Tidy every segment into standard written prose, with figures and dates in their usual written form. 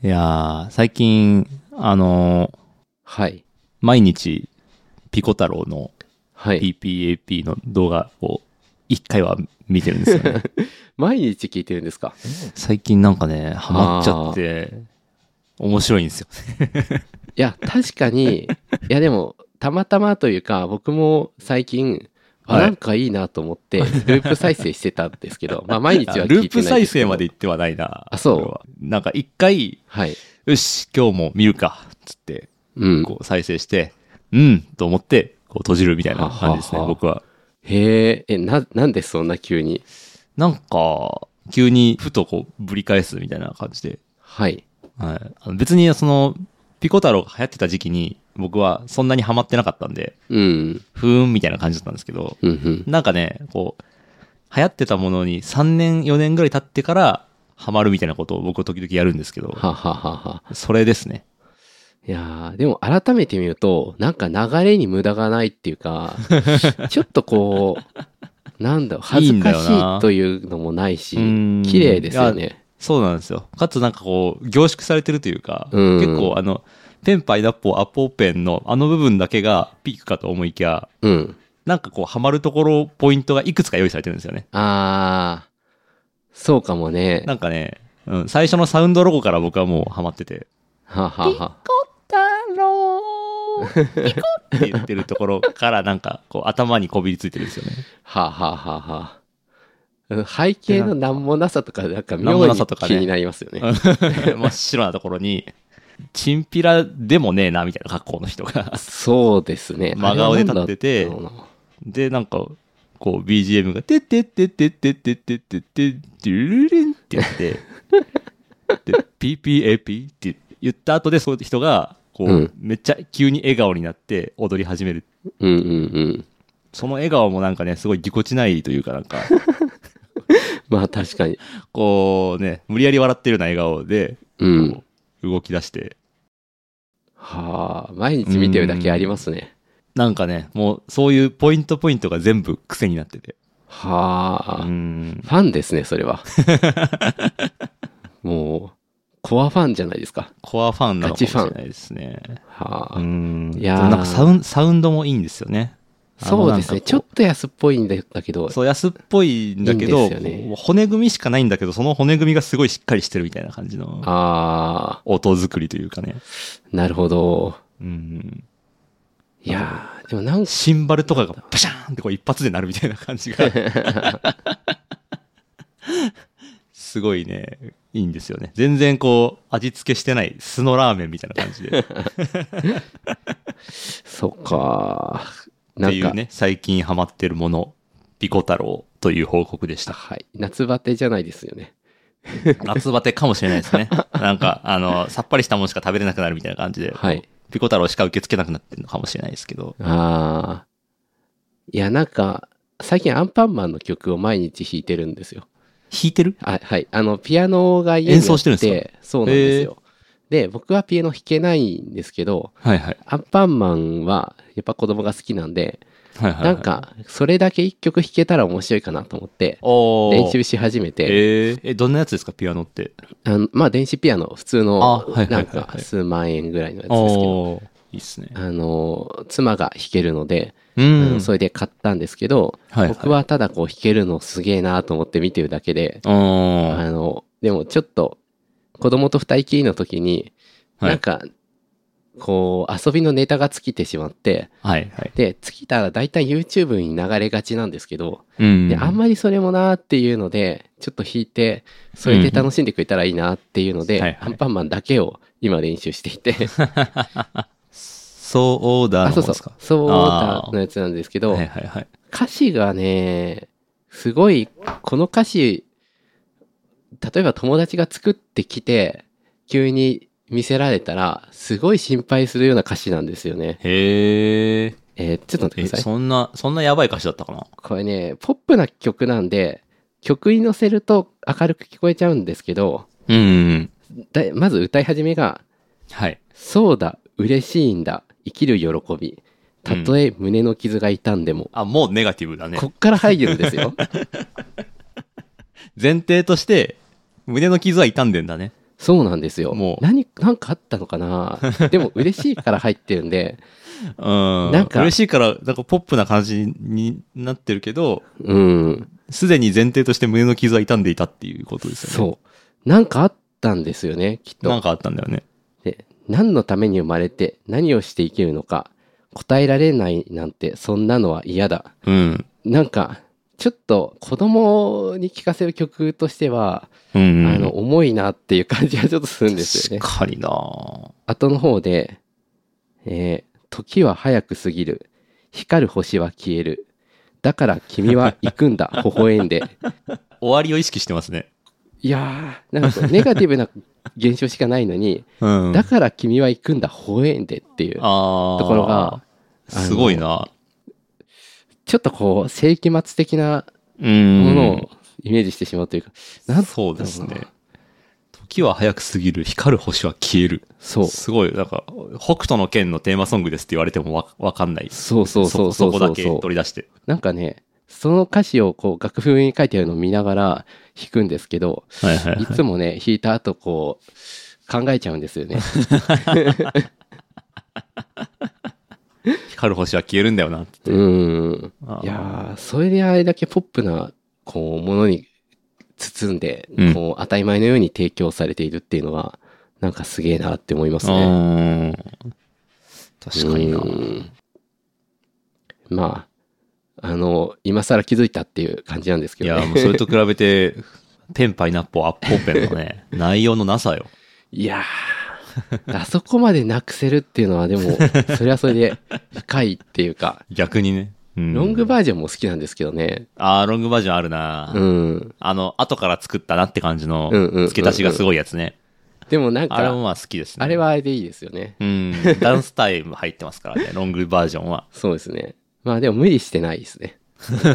いやー、最近、 はい。 毎日、ピコ太郎のはい。 PPAP の動画を一回は見てるんですよね。 毎日聞いてるんですか？ 最近なんかね、ハマっちゃっああ。 て、面白いんですよ。 いや、確かに、いやでも、たまたまというか、僕も最近、 はいなんかいいなと思って、ループ再生してたんですけど、まあ毎日はルー聞いてプ再生ないですけど。 まで行ってはないな、 あ、そうこれは。なんか一回、 はい。 よし、今日も見るか、つって、 うん。 こう再生して、と思って、こう閉じるみたいな感じですね、 はは僕は。 へえ、なんでそんな急に。 なんか、急にふとこう、ぶり返すみたいな感じで。 はい。 はい。別にその、ピコ太郎が流行ってた時期に、僕はそんなにハマってなかったんで、 うん。 ふーんみたいな感じだったんですけど、 うん、 なんかね、こう、流行ってたものに3年、4年ぐらい経ってからハマるみたいなことを僕は時々やるんですけど、 はははは。 それですね。 いやー、でも改めて見ると、なんか流れに無駄がないっていうか、ちょっとこう、なんだろう、恥ずかしいというのもないし、綺麗ですよいやね。 そうなんですよ。かつなんかこう、凝縮されてるというか、 うん結構ペンパイナッポーアポーペンのあの部分だけがピークかと思いきや、 うん。 なんかこう、ハマるところ、ポイントがいくつか用意されてるんですよね。 あー、そうかもね。 なんかね、最初のサウンドロゴから僕はもうハマってて、 ははは。 太郎ピコって言ってるところからなんかこう頭にこびりついてるんですよね。 はははは。背景のでなんかなんもなさとか、なんかなんも妙になさとかね気になりますよね。 真っ白なところに、チンピラでもねえなみたいな格好の人がそうですね。 真顔で立っててあれはなんだろうな。 で、なんか、こう BGM が、てってってってってってってってってってルルルンって言って、で、PPAP って言った後で、そういう人が、こう、 うんめっちゃ急に笑顔になって踊り始める。 うんうんうん。 その笑顔もなんかね、すごいぎこちないというかなんか、 まあ確かに。 こうね、無理やり笑ってるような笑顔で、 うん。 こう動き出して、 はあ、毎日見てるだけありますね。 なんかね、もうそういうポイントが全部癖になってて。 はあ、フん。 ァンですね、それは。もう、コアファンじゃないですか。 コアファンなのかもしれないですね。 はあ。 いいやーなんかサウンドもいいんですよね。 そうですね。ちょっと安っぽいんだけど。 そう、安っぽいんだけど、 いいんですよね骨組みしかないんだけど、その骨組みがすごいしっかりしてるみたいな感じのあ音作りというかね。 ー、なるほど。いなんやー、でもなんか、 シンバルとかがパシャーンってこう一発で鳴るみたいな感じが、すごいね、いいんですよね。全然こう、味付けしてない酢のラーメンみたいな感じで。っそっかー。なんか、 ていうね、最近ハマってるもの、ピコ太郎という報告でした。 はい。夏バテじゃないですよね。 夏バテかもしれないですね。なんか、さっぱりしたものしか食べれなくなるみたいな感じで、 はい。 ピコ太郎しか受け付けなくなってるのかもしれないですけど。 あー。いや、なんか、最近アンパンマンの曲を毎日弾いてるんですよ。 弾いてる？ はい。ピアノが家にあって、 演奏してるんですか？ そうなんですよ。で、僕はピアノ弾けないんですけど、 はいはい。 アンパンマンはやっぱ子供が好きなんで、 はいはい、 なんか、それだけ一曲弾けたら面白いかなと思って、練習し始めて、 どんなやつですか、ピアノって。 まあ電子ピアノ、普通のはいはいはいは、 ないんか数万円ぐらいのやつですけど、 いいっすね。 妻が弾けるので、それで買ったんですけど、 はいはい僕はただこう弾けるのすげえなと思って見てるだけで、でもちょっと子供と二人きりの時に、 はいなんか、こう遊びのネタが尽きてしまって、 はいはい。 で、尽きたら大体 YouTube に流れがちなんですけど、 うんで、あんまりそれもなーっていうので、ちょっと弾いて、それで楽しんでくれたらいいなっていうので、 はいはいアンパンマンだけを今練習していて、 そうだのそうそう方ですか。 そうだのやつなんですけど、 はいはいはい。 歌詞がね、すごい、この歌詞、例えば友達が作ってきて、急に見せられたら、すごい心配するような歌詞なんですよね。 へちょっと待ってください。 そんなやばい歌詞だったかな。 これね、ポップな曲なんで、曲に乗せると明るく聞こえちゃうんですけど、まず歌い始めが、 はい。 そうだ、嬉しいんだ、生きる喜び。たとえ胸の傷が痛んでも。 もうネガティブだね。 こっから入るんですよ。 前提として、胸の傷は痛んでんだね。 そうなんですよ。 もうなんかあったのかな。でも嬉しいから入ってるんで、 なんか嬉しいから、なんかポップな感じになってるけど、 うん。 すでに前提として胸の傷は痛んでいたっていうことですよね。 そう。なんかあったんですよね、きっと。 なんかあったんだよね。 で、何のために生まれて何をして生きるのか答えられないなんてそんなのは嫌だ。 うん。 なんか、ちょっと子供に聴かせる曲としては、 うん。 重いなっていう感じがちょっとするんですよね。 確かにな。 後の方で、時は早く過ぎる。光る星は消える。だから君は行くんだ、微笑んで。 終わりを意識してますね。 いやー、なんかこうネガティブな現象しかないのに、 うん。 だから君は行くんだ、微笑んでっていうところが、 すごいな。 ちょっとこう、世紀末的なうもん。 のをイメージしてしまうというか、 そうですね。時は早く過ぎる、光る星は消える。 そう。 すごい、なんか、北斗の拳のテーマソングですって言われてもわかんない。 そうそうそうそうそうそこだけ取り出して。 なんかね、その歌詞をこう楽譜に書いてあるのを見ながら弾くんですけど、 はいはいはい。 いつもね、弾いた後こう、考えちゃうんですよね。 光る星は消えるんだよなって。 いやー、それであれだけポップな、こう、ものに包んで、こう、当たり前のように提供されているっていうのは、なんかすげえなって思いますね。 確かにな。 まあ、今更気づいたっていう感じなんですけどね。 いや、もうそれと比べて、ペンパイナッポーアッポーペンのね、内容のなさよ。 いやー、あそこまでなくせるっていうのはでも、それはそれで深いっていうか、 逆にね。 ロングバージョンも好きなんですけどね。 ロングバージョンあるな。後から作ったなって感じの付け足しがすごいやつね。 でもなんか、 あれもまあ好きですね。 あれはあれでいいですよね。 ダンスタイム入ってますからね、ロングバージョンは。 そうですね。まあでも無理してないですね。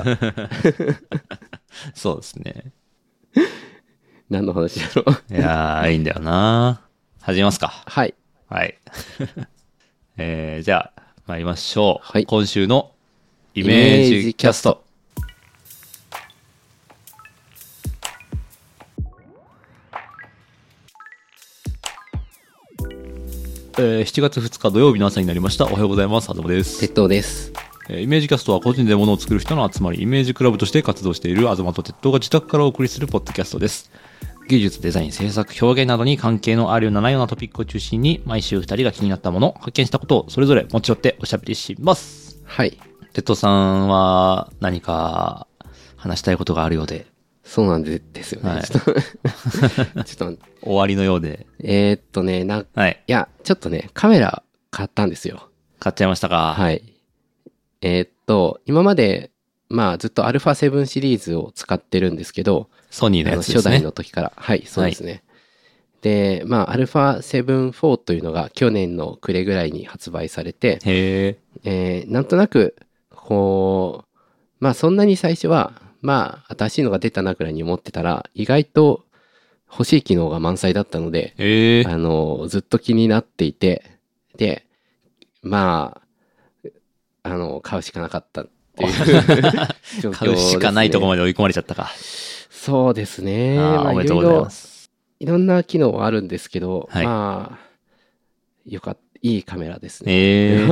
そうですね。 何の話だろう。 いやー、いいんだよな。始めますか。 はい。 はい。じゃあ、参りましょう。 はい今週のイメージキャスト。7月2日土曜日の朝になりました。おはようございます。はずもです。 鉄塔です。 イメージキャストは個人で物を作る人の集まり、イメージクラブとして活動している東と鉄塔が自宅からお送りするポッドキャストです。技術、デザイン、制作、表現などに関係のあるようなないようなトピックを中心に、毎週2人が気になったもの、発見したことをそれぞれ持ち寄っておしゃべりします。 はい。 鉄塔さんは何か話したいことがあるようで。 そうなんですよね。 はい、 ちょっと終わりのようで。 はい。いや、ちょっとね、カメラ買ったんですよ。 買っちゃいましたか。 はい。今まで、まあずっと α7 シリーズを使ってるんですけど、 ソニーのやつですね。 初代の時から。はい、そうですね。はい、で、まあ α7-4 というのが去年の暮れぐらいに発売されて、なんとなく、こう、まあそんなに最初は、まあ新しいのが出たなくらいに思ってたら、意外と欲しい機能が満載だったので、ずっと気になっていて、で、まあ、買うしかなかったっていう状況ですね。 買うしかないところまで追い込まれちゃったか。 そうですね。 おめでとうございます。 いろんな機能はあるんですけど、 はい、 まあ、いいカメラですね。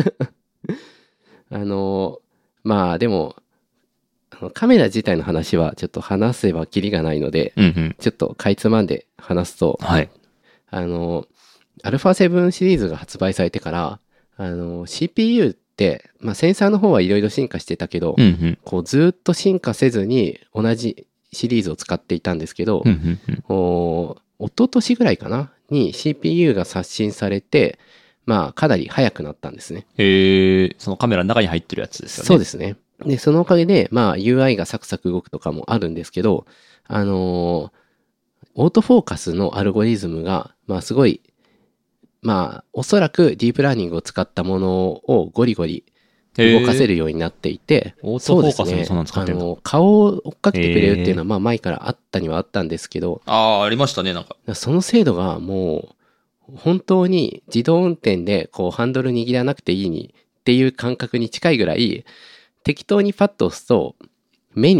まあでも、カメラ自体の話はちょっと話せばキリがないので、ちょっとかいつまんで話すと、 はい、 α7 シリーズが発売されてから、CPU って、まあ、センサーの方はいろいろ進化してたけど、こうずっと進化せずに同じシリーズを使っていたんですけど、一昨年ぐらいかなに CPU が刷新されて、まあ、かなり速くなったんですね。 そのカメラの中に入ってるやつですよね。 そうですね。で、そのおかげで、まあ、UI がサクサク動くとかもあるんですけど、オートフォーカスのアルゴリズムが、まあ、すごい、まあ、おそらくディープラーニングを使ったものをゴリゴリ動かせるようになっていて、 オートフォーカスもそんなの使ってんだ。 顔を追っかけてくれるっていうのは、まあ、前からあったにはあったんですけど、 ありましたね、なんか。 その精度がもう、本当に自動運転で、こう、ハンドル握らなくていいっていう感覚に近いぐらい、適当にパッと押すと、目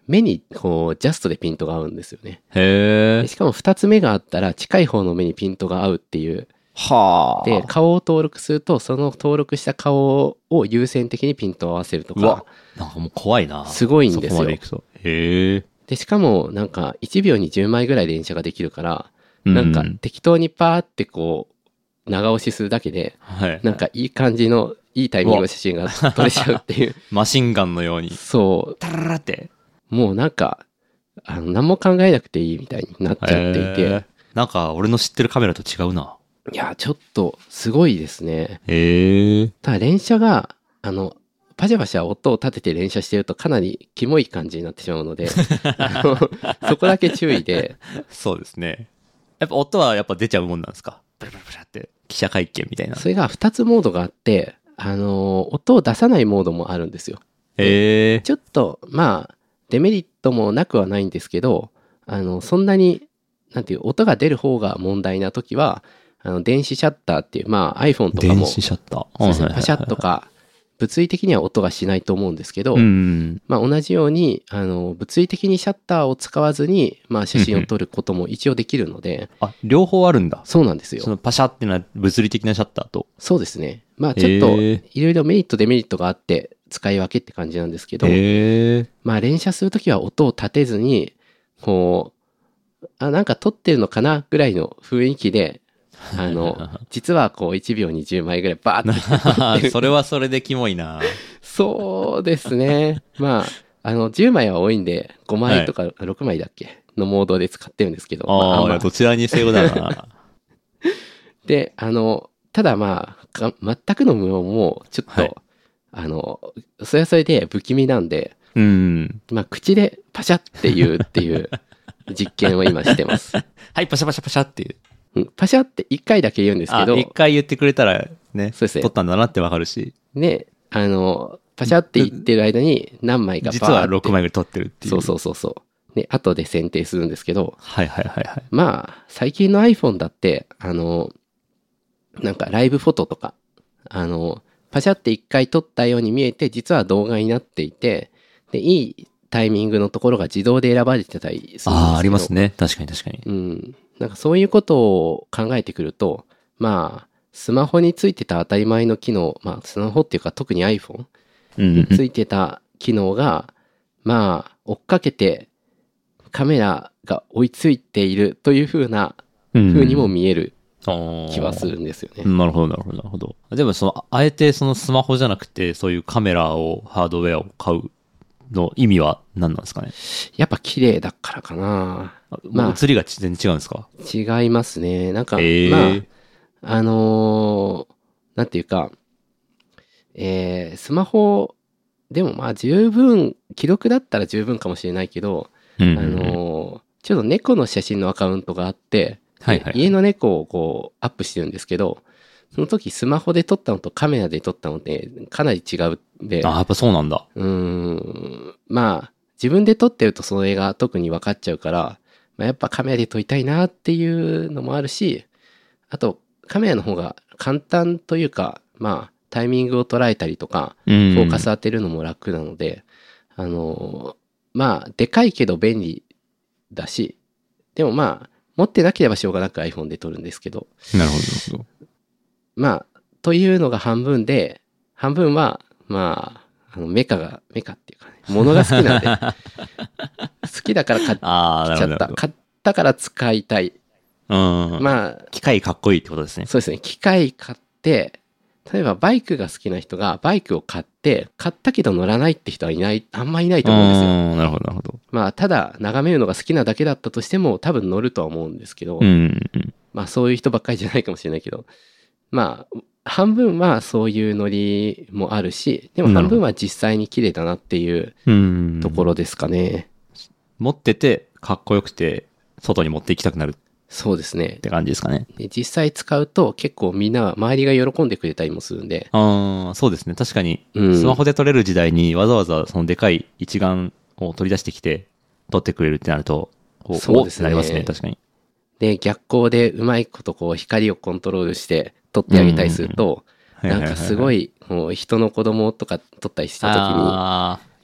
目にこうジャストでピントが合うんですよね。 へえ。 でしかも2つ目があったら近い方の目にピントが合うっていう。 はあ。 で、顔を登録すると、その登録した顔を優先的にピントを合わせるとうわか、 なんかもう怖いな。 すごいんですよそこまで行くと。へえ。 で、しかもなんか1秒に10枚ぐらい連写ができるから、なんか適当にパーってこう、長押しするだけで、 はい。 なんかいい感じの、いいタイミングの写真が撮れちゃうっていう。 マシンガンのように。 そタララって。 う、もうなんか、何も考えなくていいみたいになっちゃっていて、 へーなんか俺の知ってるカメラと違うな。 いや、ちょっとすごいですね。 へえ。 ただ連写が、パシャパシャ音を立てて連写してるとかなりキモい感じになってしまうので、そこだけ注意で、 そうですね。やっぱ音はやっぱ出ちゃうもんなんですか？ブラブラブラって記者会見みたいな。 それが2つモードがあって、音を出さないモードもあるんですよ。 へえ。 ちょっと、まあ、デメリットもなくはないんですけど、そんなに、なんていう、音が出る方が問題な時は、電子シャッターっていう、まあ iPhone とかも、 電子シャッター。 そうですね、パシャッとか、物理的には音がしないと思うんですけど、 うん。 まあ同じように、物理的にシャッターを使わずに、まあ写真を撮ることも一応できるので、 あ、両方あるんだ。 そうなんですよ。 そのパシャっていうのは物理的なシャッターと。 そうですね。まあちょっと、 へーいろいろメリットデメリットがあって、使い分けって感じなんですけど、 へえ。 まあ連写するときは音を立てずに、こう、なんか撮ってるのかなぐらいの雰囲気で、実はこう1秒に10枚ぐらいバーって撮ってる。 それはそれでキモいな。 そうですね。まあ、10枚は多いんで、5枚とか6枚だっけのモードで使ってるんですけど。 ああ、 まあどちらにせよだな。 で、ただまあ、全くの無音も、ちょっと、 はいそれはそれで不気味なんで、 うん。 まあ、口でパシャって言うっていう実験を今してます。 はい、パシャパシャパシャっていう。 パシャって1回だけ言うんですけあ、 ど、 一回言ってくれたらね、 そうですね撮ったんだなってわかるし、 ね、パシャって言ってる間に何枚かバーって。 実は6枚ぐらい撮ってるっていう。 そうそうそうそう。で、後で選定するんですけど、 はいはいはいはい。 まあ、最近の iPhone だって、なんかライブフォトとか、パシャって1回撮ったように見えて、実は動画になっていて、で、いいタイミングのところが自動で選ばれてたりするんですけど。 ああ、ありますね。確かに確かに。 うん。なんかそういうことを考えてくると、まあ、スマホについてた当たり前の機能、まあ、スマホっていうか特に iPhone うんについてた機能が、まあ、追っかけてカメラが追いついているという風にも見える気はするんですよね。 なるほどなるほどなるほど。でもあえてそのスマホじゃなくて、そういうカメラを、ハードウェアを買うの意味は何なんですかね？ やっぱ綺麗だからかな。 まあ、映りが全然違うんですか？ 違いますね。なんか、 ーまあ、なんていうか、スマホでもまあ十分、記録だったら十分かもしれないけど、ちょっと猫の写真のアカウントがあって、 はいはい。 家の猫をこうアップしてるんですけど、その時スマホで撮ったのとカメラで撮ったのでかなり違うんで、 あ、やっぱそうなんだ。 まあ自分で撮ってるとそれが特に分かっちゃうから、まあ、やっぱカメラで撮りたいなっていうのもあるし、あとカメラの方が簡単というか、まあタイミングを捉えたりとか、 フフォーカス当てるのも楽なので、まあでかいけど便利だし、でもまあ持ってなければしょうがなく iPhone で撮るんですけど、 なるほどなるほど。 まあというのが半分で、半分はまあメカっていうかね、物が好きなんで好きだから買っちああ、なるゃった、 ほどなるほど。 買ったから使いたい。 ままあ機械かっこいいってことですね。 そうですね、機械買って、例えばバイクが好きな人がバイクを買ったけど乗らないって人はいない、あんまいないと思うんですよ。 なるほどなるほど。 まあただ眺めるのが好きなだけだったとしても多分乗るとは思うんですけど、まあそういう人ばっかりじゃないかもしれないけど、まあ半分はそういうノリもあるし、でも半分は実際に綺麗だなっていうところですかね。 持っててかっこよくて外に持って行きたくなるっそうですね。 て感じですかね。 で実際使うと結構みんな周りが喜んでくれたりもするんで、 そうですね。確かにうんスマホで撮れる時代にわざわざそのでかい一眼を取り出してきて撮ってくれるってなると、こそうですねおってなりますね。確かに。 で逆光でうまいことこう光をコントロールして撮ってあげたりすると、なんかすごいいもう人の子供とか撮ったりした時に、 あ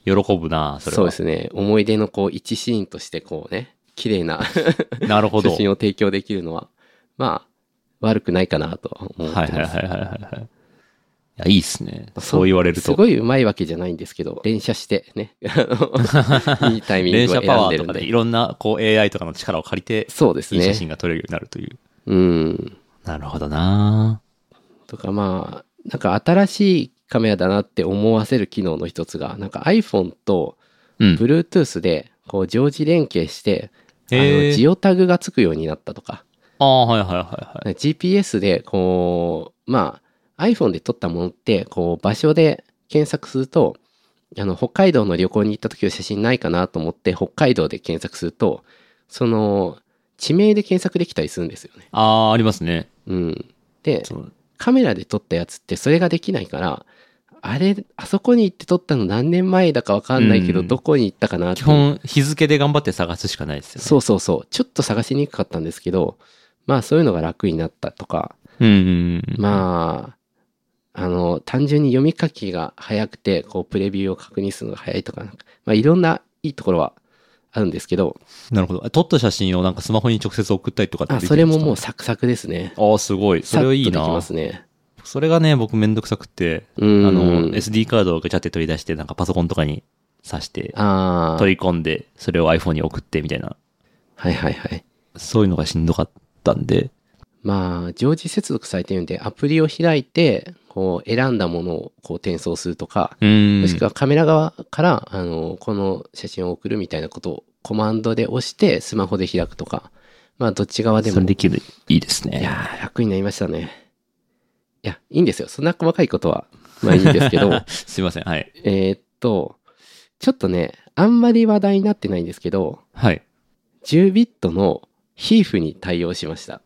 喜ぶな、それは。 そうですね。思い出のこう一シーンとしてこうね、綺麗ななるほど。 写真を提供できるのは、まあ、悪くないかなとは思ってます。 はいはいはいはいはい。いや、いいっすね。そう言われると。 すごい上手いわけじゃないんですけど、連写してね、いいタイミン連グを写パワーと選んでるんで。 かでいろんなこう AI とかの力を借りて、 そうですね。 いい写真が撮れるようになるという。 うん。 なるほどな。 とかまあ、なんか新しいカメラだなって思わせる機能の一つが、なんか iPhone とうん。 Bluetooth でこう常時連携して、 へージオタグがつくようになったとか、 ああ、はいはいはいはい。 GPS でこう、まあ iPhone で撮ったものってこう場所で検索すると、北海道の旅行に行った時の写真ないかなと思って北海道で検索すると、その地名で検索できたりするんですよね。 ああ、ありますね。 うん。で、 そうカメラで撮ったやつってそれができないから、あそこに行って撮ったの何年前だかわかんないけど、 うんどこに行ったかなって基本日付で頑張って探すしかないですよね。 そうそうそう。ちょっと探しにくかったんですけど、まあそういうのが楽になったとか、 うんうんうん。 まあ、単純に読み書きが早くて、こう、プレビューを確認するのが早いとか、まあいろんないいところはあるんですけど、 なるほど。撮った写真をなんかスマホに直接送ったりとかってできるそれもんですかね。 もうサクサクですね。 ああ、すごい。それはいいなさっとできま。すね。 それがね、僕めんどくさくて、 うん SD カードをガチャって取り出して、なんかパソコンとかに挿して、 ああ、 取り込んで、それを iPhone に送ってみたいな、 はいはいはい。 そういうのがしんどかったんで、 まあ、常時接続されているんで、アプリを開いて、こう、選んだものをこう転送するとか、もしくはカメラ側から、この写真を送るみたいなことをコマンドで押して、スマホで開くとか、まあ、どっち側でも。 それできる、いいですね。 いやー、楽になりましたね。いや、いいんですよ。そんな細かいことは、まあいいんですけど、 すいません、はい。 ちょっとね、あんまり話題になってないんですけど、 はい。 10ビットのヒーフに対応しました。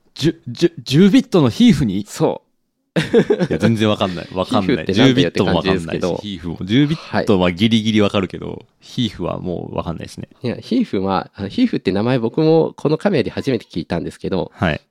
10ビットのヒーフにいそや、全然わかんない。わかんない。 ヒーフってなん 10ビッだよってトもわかんないし、 感じですけどヒーフも。10ビットはギリギリわかるけど、ヒーフはもうわかんないですね。 う。いや、ヒーフは、ヒーフって名前僕もこのカメラで初めて聞いたんですけど、 はい。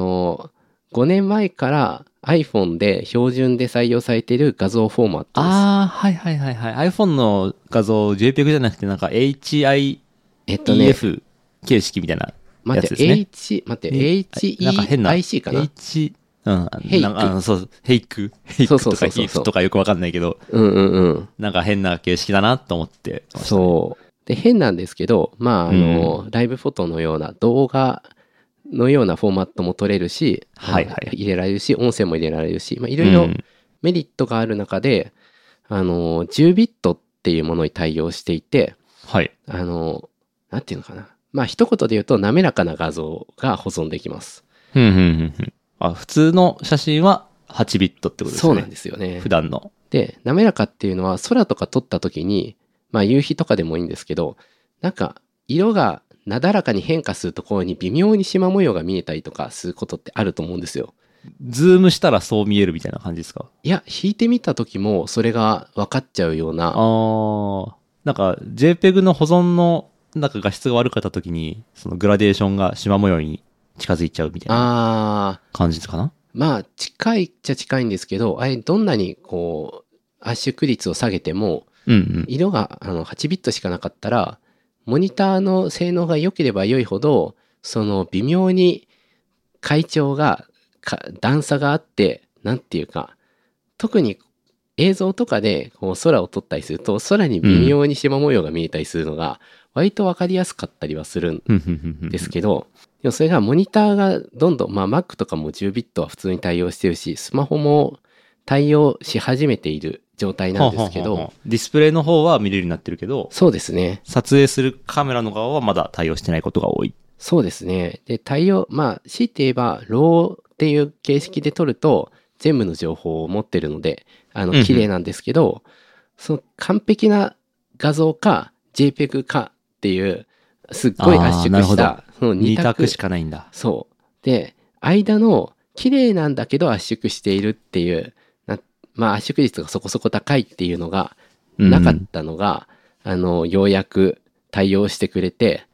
5年前から iPhone で標準で採用されている画像フォーマットです。 ああ、はいはいはいはい。iPhone の画像、JPEG じゃなくて、なんか HIEF 形式みたいなやつですね。なんか変な HEIC かな。 ヘイク。なんかそう、ヘイクそうそうそうそうとかヒーフとかよくわかんないけど、 うんうんうん。 なんか変な形式だなと思ってましたね。 そう。で、変なんですけど、まあ、ライブフォトのような動画のようなフォーマットも撮れるし、 はいはい入れられるし、音声も入れられるし、まあ、いろいろうんメリットがある中で、10ビットっていうものに対応していて、 はい。 なんていうのかな。まあ、一言で言うと、滑らかな画像が保存できます。 あ、普通の写真は8ビットってことですね。 そうなんですよね普。段の。 で、滑らかっていうのは空とか撮った時に、まあ夕日とかでもいいんですけど、なんか色がなだらかに変化するところに微妙に縞模様が見えたりとかすることってあると思うんですよ。 ズームしたらそう見えるみたいな感じですか？ いや、引いてみた時もそれが分かっちゃうような、 なんか JPEG の保存のなんか画質が悪かった時に、そのグラデーションが縞模様に近づいちゃうみたいな感じかな？ まあ近いっちゃ近いんですけど、あれどんなにこう圧縮率を下げても、色が8ビットしかなかったら、モニターの性能が良ければ良いほど、その微妙に階調が段差があって、なんていうか、特に映像とかでこう空を撮ったりすると、空に微妙に縞模様が見えたりするのが、割と分かりやすかったりはするんですけど、でもそれがモニターがどんどん、まあ Mac とかも10ビットは普通に対応してるし、スマホも対応し始めている状態なんですけど、 ディスプレイの方は見れるようになってるけど、 そうですね。 撮影するカメラの側はまだ対応してないことが多い。 そうですね。で、まあ、強いて言えば、ローっていう形式で撮ると、全部の情報を持ってるので、綺麗なんですけど、その完璧な画像か、JPEG かっていう、すっごい圧縮した、その 2択しかないんだ。 そう。で、間の、綺麗なんだけど圧縮しているっていう、まあ圧縮率がそこそこ高いっていうのがなかったのが、ようやく対応してくれて、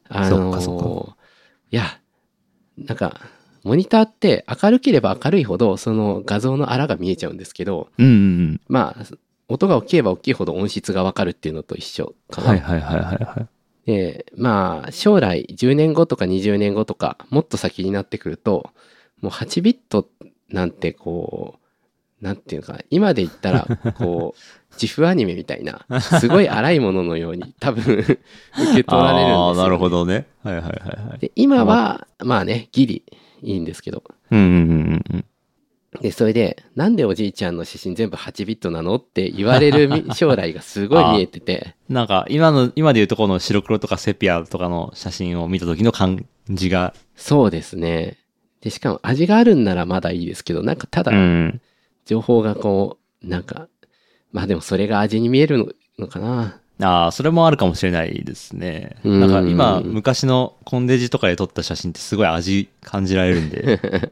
いや、なんか、モニターって明るければ明るいほど、その画像の粗が見えちゃうんですけど、まあ、 音が大きければ大きいほど音質がわかるっていうのと一緒かな。 はいはいはいはいはい。 で、まあ、将来10年後とか20年後とか、もっと先になってくると、もう8ビットなんてこう、なんていうのかな、今で言ったら、こう、自負アニメみたいな、すごい荒いもののように多分受け取られるんですよ、ね。 ああ、なるほどね。はいはいはいはい。 で、今は、まあね、ギリいいんですけど。 うんうんうんうん。 で、それで、なんでおじいちゃんの写真全部8ビットなのって言われる将来がすごい見えてて。 なんか、今でいうとこの白黒とかセピアとかの写真を見た時の感じが。 そうですね。で、しかも味があるんならまだいいですけど、なんかただう、ん。 情報がこう、なんか、まあでもそれが味に見えるのかな。 ああ、それもあるかもしれないですね。 うんなんか今、昔のコンデジとかで撮った写真ってすごい味感じられるんで。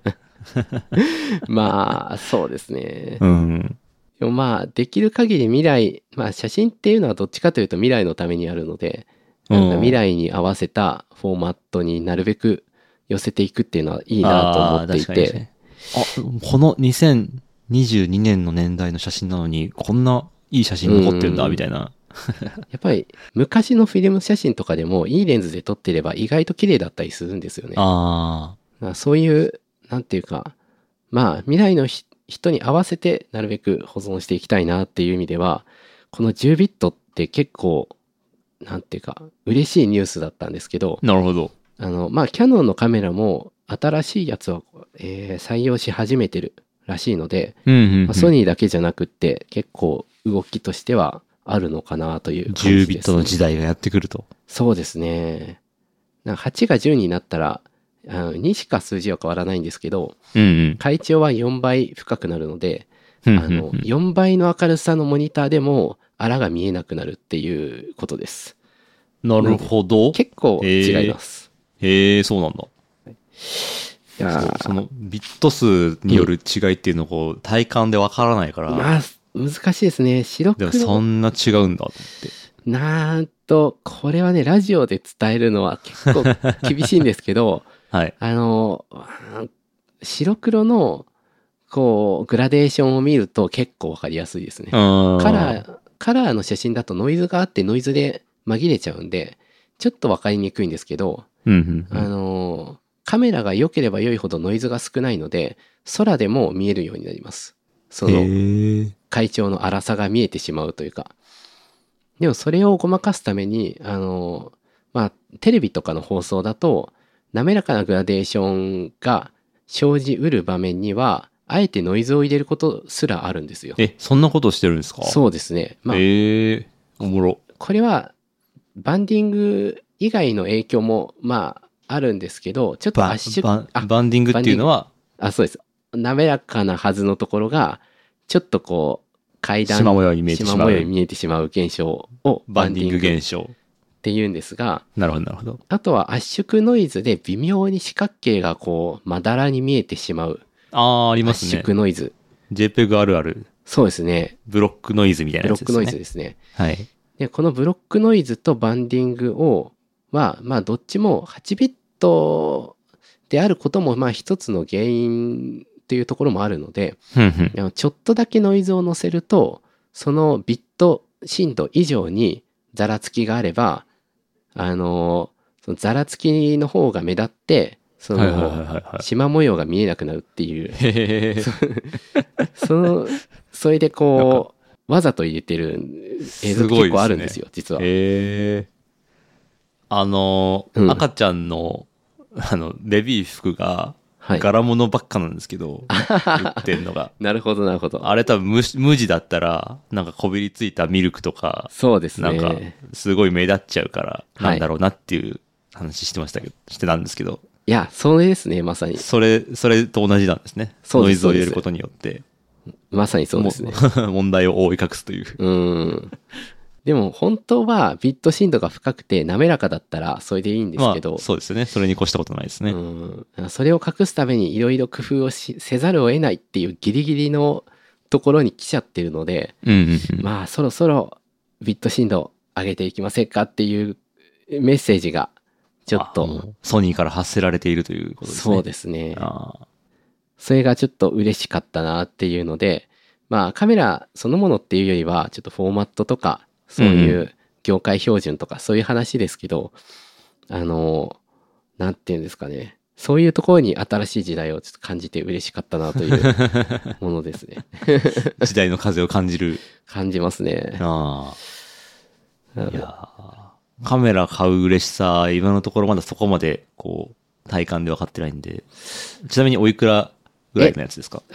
まあ、そうですね。 うん。 でもまあ、できる限り未来、まあ写真っていうのはどっちかというと未来のためにあるので、なんか未来に合わせたフォーマットになるべく寄せていくっていうのはいいなと思っていあー確かにて。 この2022年の年代の写真なのに、こんないい写真残ってるんだ、みたいな。 やっぱり昔のフィルム写真とかでもいいレンズで撮ってれば意外と綺麗だったりするんですよね。 あだからそういう、なんていうか、まあ未来の人に合わせてなるべく保存していきたいなっていう意味では、この10ビットって結構、なんていうか、嬉しいニュースだったんですけど、 あ、なるほど。 まあキヤノンのカメラも新しいやつは、採用し始めてるらしいので、 うんうん、うん。 まあソニーだけじゃなくって結構動きとしてはあるのかなという感じです、ね。 10ビットの時代がやってくると。 そうですね。なんか8が10になったら、2しか数字は変わらないんですけど、 うんうん。 階調は4倍深くなるので、 うんうんうん 4倍の明るさのモニターでも、あらが見えなくなるっていうことです。 なるほど。 結構違います。 へえ、そうなんだ。 いやーそのビット数による違いっていうのをこう体感でわからないから、 まあ、難しいですね。白で黒。 もそんな違うんだと思って。 なんと、これはね、ラジオで伝えるのは結構厳しいんですけど、 はい。 白黒の、こう、グラデーションを見ると結構わかりやすいですね。カラーの写真だとノイズがあってノイズで紛れちゃうんで、ちょっとわかりにくいんですけど、 うんうんうん、 カメラが良ければ良いほどノイズが少ないので、空でも見えるようになります。その、階調の粗さが見えてしまうというか。でもそれをごまかすために、まあ、テレビとかの放送だと、滑らかなグラデーションが生じうる場面には、あえてノイズを入れることすらあるんですよ。 そんなことしてるんですか？ そうですね。まあ、 おもろ。 これは、バンディング以外の影響も、まあ、あるんですけど、ちょっと圧縮、 バンディングっていうのは、 そうです。滑らかなはずのところが、ちょっとこう、階段、 縞模様に見えてしまう。 縞模様に見えてしまう現象をバンディング現象って言うんですが、 なるほどなるほど。 あとは圧縮ノイズで微妙に四角形がこう、まだらに見えてしまう。 ありますね。 圧縮ノイズ。 JPEG あるある。 そうですね。 ブロックノイズみたいなやつですね。 ブロックノイズですね。 はい。 で、このブロックノイズとバンディングは、まあ、どっちも8ビットであることも、まあ、一つの原因っていうところもあるので、ちょっとだけノイズを乗せると、そのビット深度以上にざらつきがあれば、そのざらつきの方が目立って、その、縞模様が見えなくなるっていう。それでこう、わざと入れてる映像が結構あるんですよ、実は。 赤ちゃんの、ベビー服が、 はい、 柄物ばっかなんですけど、売ってんのが。 なるほど、なるほど。 あれ多分無地だったら、なんかこびりついたミルクとか、 そうですね。 なんか、すごい目立っちゃうから、なんだろうなっていう話してたんですけど。 いや、それですね、まさに。 それと同じなんですね。ノイズを入れることによって。 まさにそうですね。 問題を覆い隠すという。 でも本当はビット深度が深くて滑らかだったらそれでいいんですけど、 そうですね。それに越したことないですね。 それを隠すためにいろいろ工夫をせざるを得ないっていうギリギリのところに来ちゃってるので、まあそろそろビット深度上げていきませんかっていうメッセージがちょっとソニーから発せられているということですね。 そうですね。それがちょっと嬉しかったなっていうので、 まあカメラそのものっていうよりはちょっとフォーマットとかそういう業界標準とかそういう話ですけど、なんていうんですかね、そういうところに新しい時代をちょっと感じて嬉しかったなというものですね。 時代の風を感じる。 感じますね。 ああ。いやー、カメラ買う嬉しさ、今のところまだそこまで、こう、体感で分かってないんで。ちなみにおいくらぐらいのやつですか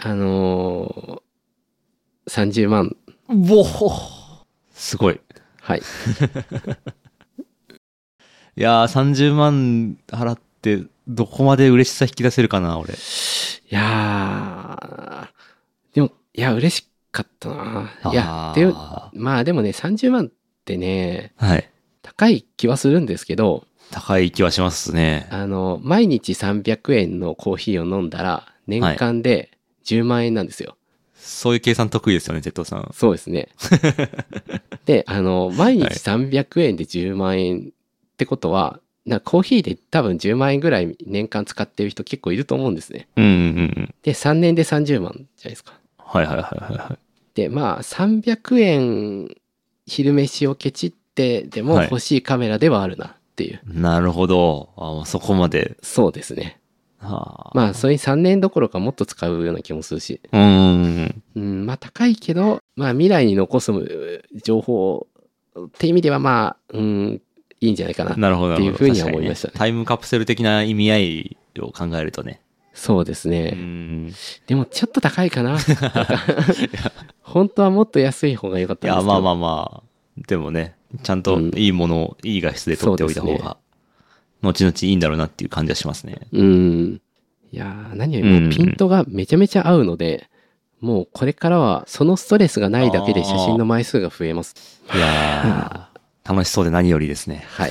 ？30万。 ぼほすごい。 はい。 いやー、30万払って、どこまで嬉しさ引き出せるかな、俺。 いやー、でも、いや、嬉しかったな。いや、で、まあでもね、30万ってね、 はい。 高い気はするんですけど、 高い気はしますね。 毎日300円のコーヒーを飲んだら、年間で10万円なんですよ。 そういう計算得意ですよね、ジェットさん。 そうですね。で、毎日300円で10万円ってことは、コーヒーで多分10万円ぐらい年間使ってる人結構いると思うんですね。 うんうんうん。 で、3年で30万じゃないですか。 はいはいはいはいはい。 で、まあ、300円昼飯をケチってでも欲しいカメラではあるなっていう。 なるほど。あ、そこまで。 そうですね。 はあ、 まあ、それに3年どころかもっと使うような気もするし。うん、まあ、高いけど、まあ、未来に残す情報って意味では、まあ、いいんじゃないかなっていうふうには思いましたね。 タイムカプセル的な意味合いを考えるとね。 そうですね。でもちょっと高いかな。本当はもっと安い方が良かったんですけど。 いや、まあまあまあ。でもね、ちゃんといいものを、いい画質で撮っておいた方が、後々いいんだろうなっていう感じはしますね。 いやー、何よりもピントがめちゃめちゃ合うので、もうこれからはそのストレスがないだけで写真の枚数が増えます。 いやー、楽しそうで何よりですね。 はい。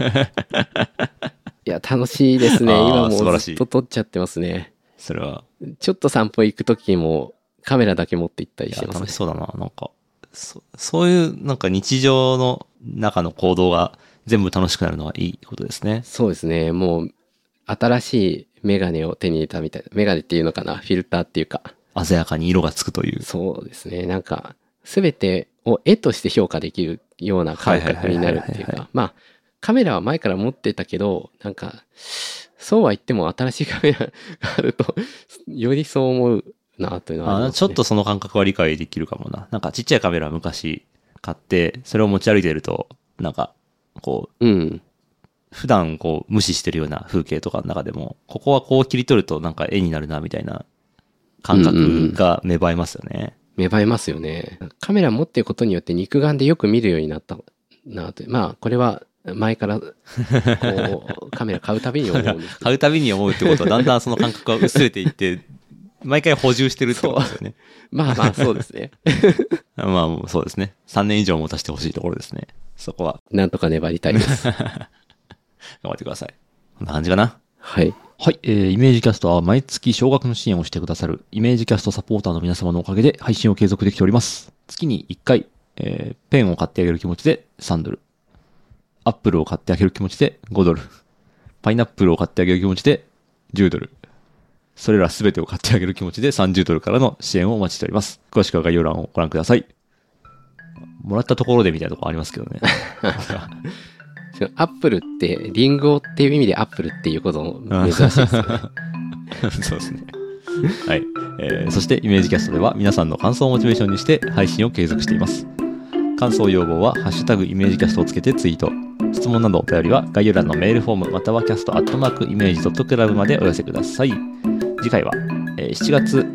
いや、楽しいですね。今もうずっと撮っちゃってますね。 それは。 ちょっと散歩行くときもカメラだけ持って行ったりしてます、ね。 楽しそうだな。なんか、そういうなんか日常の中の行動が全部楽しくなるのはいいことですね。 そうですね。もう、新しいメガネを手に入れたみたいな。メガネっていうのかな、フィルターっていうか。 鮮やかに色がつくという。 そうですね。なんか、すべてを絵として評価できるような感覚になるっていうか。まあ、カメラは前から持ってたけど、なんか、そうは言っても新しいカメラがあると、よりそう思うなというのはありますね。 ちょっとその感覚は理解できるかもな。なんかちっちゃいカメラ昔買って、それを持ち歩いてると、なんか、こう、普段こう無視してるような風景とかの中でも、ここはこう切り取るとなんか絵になるなみたいな感覚が芽生えますよね。 芽生えますよね。カメラ持ってることによって肉眼でよく見るようになったなと。まあ、これは前から、こう、カメラ買うたびに思うんですけど。 買うたびに思うってことは、だんだんその感覚が薄れていって、毎回補充してるってことですよね。 まあまあ、そうですね。 まあ、そうですね。3年以上持たせてほしいところですね。そこは。 なんとか粘りたいです。 頑張ってください。こんな感じかな。 はい。 はい。イメージキャストは毎月少額の支援をしてくださるイメージキャストサポーターの皆様のおかげで配信を継続できております。月に1回、ペンを買ってあげる気持ちで3ドル。アップルを買ってあげる気持ちで5ドル。パイナップルを買ってあげる気持ちで10ドル。それらすべてを買ってあげる気持ちで30ドルからの支援をお待ちしております。詳しくは概要欄をご覧ください。もらったところでみたいなところありますけどね。 アップルってリンゴっていう意味でアップルっていうことも珍しいですよね。 そうですね。はい。そしてイメージキャストでは皆さんの感想をモチベーションにして配信を継続しています。感想要望はハッシュタグイメージキャストをつけてツイート。質問などお便りは概要欄のメールフォームまたはキャスト@image.club までお寄せください。次回は、7月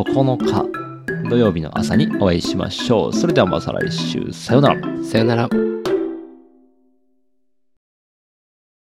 9日土曜日の朝にお会いしましょう。それではまた来週。さようなら。 さようなら。